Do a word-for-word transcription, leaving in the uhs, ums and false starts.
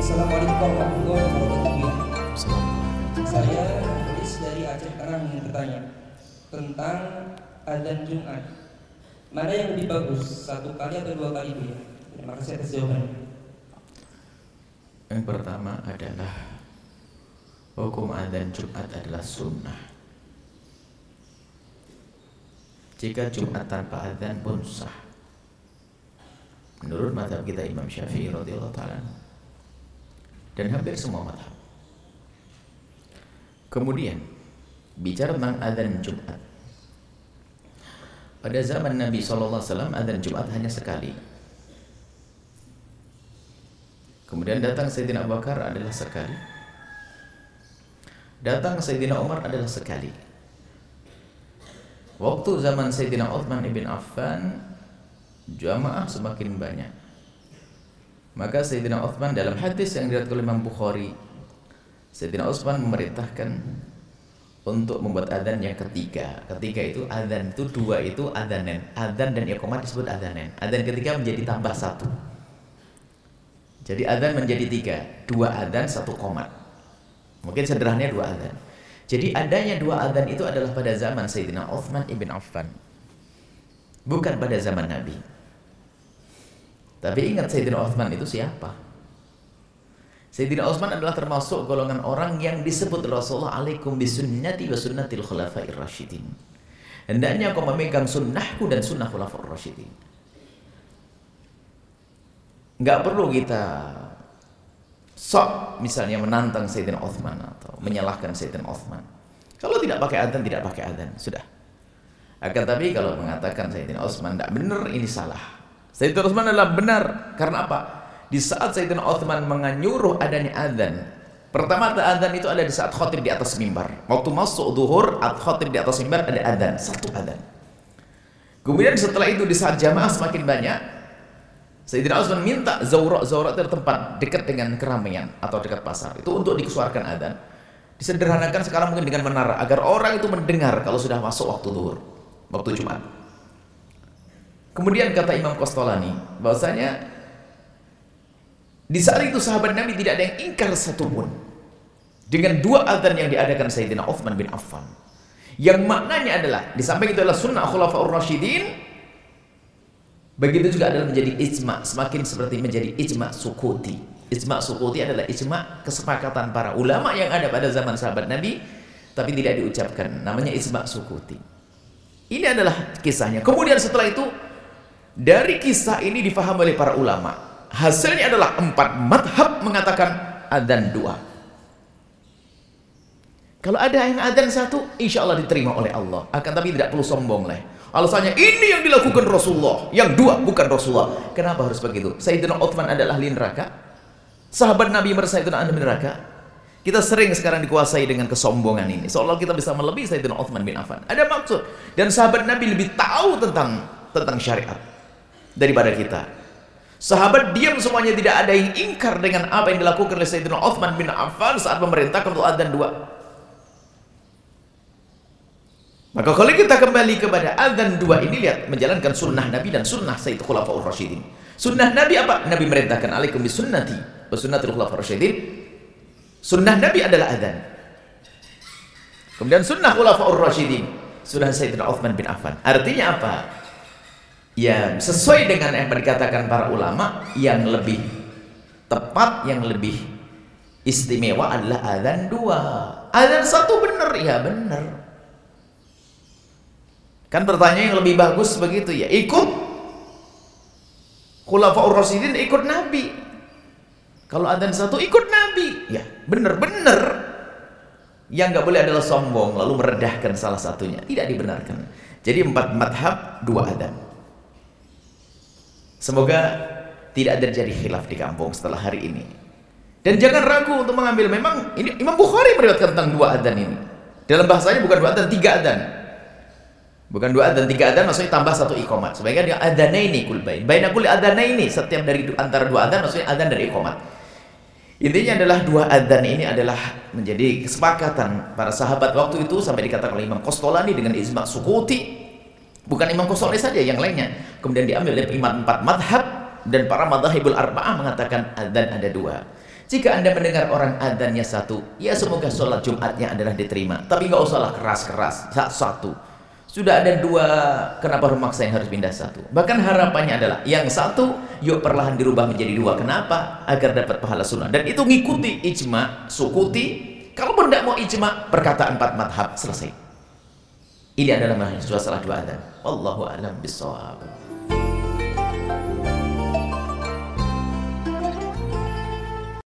Assalamualaikum warahmatullahi wabarakatuh. Saya tulis dari Aceh Tengah ingin bertanya tentang adzan Jumat. Mana yang lebih bagus, satu kali atau dua kali, Bu ya? Terima kasih atas jawabannya. Yang pertama adalah hukum adzan Jumat adalah sunnah. Jika Jumat tanpa adzan pun sah, menurut mazhab kita Imam Syafi'i radhiyallahu ta'ala dan hampir semua mazhab. Kemudian bicara tentang adzan Jumat, pada zaman Nabi shallallahu alaihi wasallam adzan Jumat hanya sekali. Kemudian datang Sayyidina Abu Bakar adalah sekali, datang Sayyidina Umar adalah sekali. Waktu zaman Sayyidina Utsman ibn Affan, jamaah semakin banyak. Maka Sayyidina Utsman dalam hadis yang diriwayatkan oleh Imam Bukhari, Sayyidina Utsman memerintahkan untuk membuat adzan yang ketiga. Ketiga itu adzan itu dua itu adzanen. Adzan dan iqamah disebut adzanen. Adzan ketiga menjadi tambah satu. Jadi adzan menjadi tiga, dua adzan satu qomat. Mungkin sederhananya dua adzan. Jadi adanya dua adzan itu adalah pada zaman Sayyidina Utsman ibn Affan, bukan pada zaman Nabi. Tapi ingat Sayyidina Utsman itu siapa? Sayyidina Utsman adalah termasuk golongan orang yang disebut Rasulullah, alaikum bisunnati wa sunnatil khulafair rasyidin. Hendaknya kau memegang sunnahku dan sunnah khulafair rasyidin. Enggak perlu kita sok misalnya menantang Sayyidina Utsman atau menyalahkan Sayyidina Utsman. Kalau tidak pakai adzan, tidak pakai adzan, sudah. Akan tapi kalau mengatakan Sayyidina Utsman tidak benar, ini salah. Sayyidina Utsman adalah benar. Karena apa? Di saat Sayyidina Utsman menyuruh adanya adzan, pertama adzan itu ada di saat khatib di atas mimbar. Waktu masuk zuhur, khatib di atas mimbar ada adzan, satu adzan. Kemudian setelah itu di saat jamaah semakin banyak, Sayyidina Utsman minta zawra, zawra itu tempat dekat dengan keramaian atau dekat pasar, itu untuk disuarakan adzan. Disederhanakan sekarang mungkin dengan menara, agar orang itu mendengar kalau sudah masuk waktu zuhur, waktu Jumat. Kemudian kata Imam Qastolani bahwasanya di saat itu sahabat Nabi tidak ada yang ingkar satupun dengan dua adzan yang diadakan Sayyidina Utsman bin Affan, yang maknanya adalah di samping itu adalah sunnah khulafaur rasyidin, begitu juga adalah menjadi ijma, semakin seperti menjadi ijma sukuti. Ijma sukuti adalah ijma kesepakatan para ulama yang ada pada zaman sahabat Nabi tapi tidak diucapkan, namanya ijma sukuti. Ini adalah kisahnya. Kemudian setelah itu dari kisah ini difahami oleh para ulama, hasilnya adalah empat madhab mengatakan adzan dua. Kalau ada yang adzan satu, insya Allah diterima oleh Allah. Akan tapi tidak perlu sombong lah. Alasannya ini yang dilakukan Rasulullah, yang dua bukan Rasulullah. Kenapa harus begitu? Sayyidina Utsman adalah ahli neraka, sahabat Nabi merasa itu ahli neraka. Kita sering sekarang dikuasai dengan kesombongan ini, seolah kita bisa melebihi Sayyidina Utsman bin Affan. Ada maksud, dan sahabat Nabi lebih tahu tentang tentang syariat daripada kita. Sahabat diam semuanya, tidak ada yang ingkar dengan apa yang dilakukan oleh Sayyidina Utsman bin Affan saat memerintahkan untuk adzan dua. Maka kalau kita kembali kepada adzan dua ini, lihat menjalankan sunnah Nabi dan sunnah Sayyid Khulafaur Rasyidin. Sunnah Nabi apa? Nabi merintahkan alaikum bisunnati wa sunnatil khulafaur rasyidin. Sunnah Nabi adalah adzan. Kemudian sunnah khulafaur rasyidin, sunnah Sayyidina Utsman bin Affan. Artinya apa? Ya sesuai dengan yang dikatakan para ulama, yang lebih tepat, yang lebih istimewa adalah adzan dua. Adzan satu benar, ya benar. Kan pertanyaan yang lebih bagus begitu ya, ikut Khulafaur Rasyidin, ikut Nabi. Kalau adzan satu ikut Nabi, ya benar-benar. Yang nggak boleh adalah sombong lalu merendahkan salah satunya, tidak dibenarkan. Jadi empat madhab, dua adzan. Semoga tidak terjadi khilaf di kampung setelah hari ini. Dan jangan ragu untuk mengambil. Memang ini Imam Bukhari meriwayatkan tentang dua adzan ini. Dalam bahasanya bukan dua adzan, tiga adzan. Bukan dua adzan, tiga adzan, maksudnya tambah satu iqamat. Sebagian dia adzanaini kul bain. Baina kulli adzanaini, setiap dari antara dua adzan maksudnya adzan dan iqamat. Intinya adalah dua adzan ini adalah menjadi kesepakatan para sahabat waktu itu, sampai dikatakan oleh Imam Qastolani dengan ijma sukuti. Bukan Imam Qastolani saja, yang lainnya. Kemudian diambil oleh imam empat madhab, dan para madhahibul arba'ah mengatakan adzan ada dua. Jika Anda mendengar orang adzannya satu, ya semoga sholat Jumatnya adalah diterima. Tapi nggak usahlah keras-keras, satu. Sudah ada dua, kenapa memaksa yang harus pindah satu? Bahkan harapannya adalah yang satu, yuk perlahan dirubah menjadi dua. Kenapa? Agar dapat pahala sunnah. Dan itu ngikuti ijma, sukuti. Kalau pun tidak mau ijma, perkataan empat madhab, selesai. Ini adalah masalah dua adzan. Wallahu a'lam bishawab.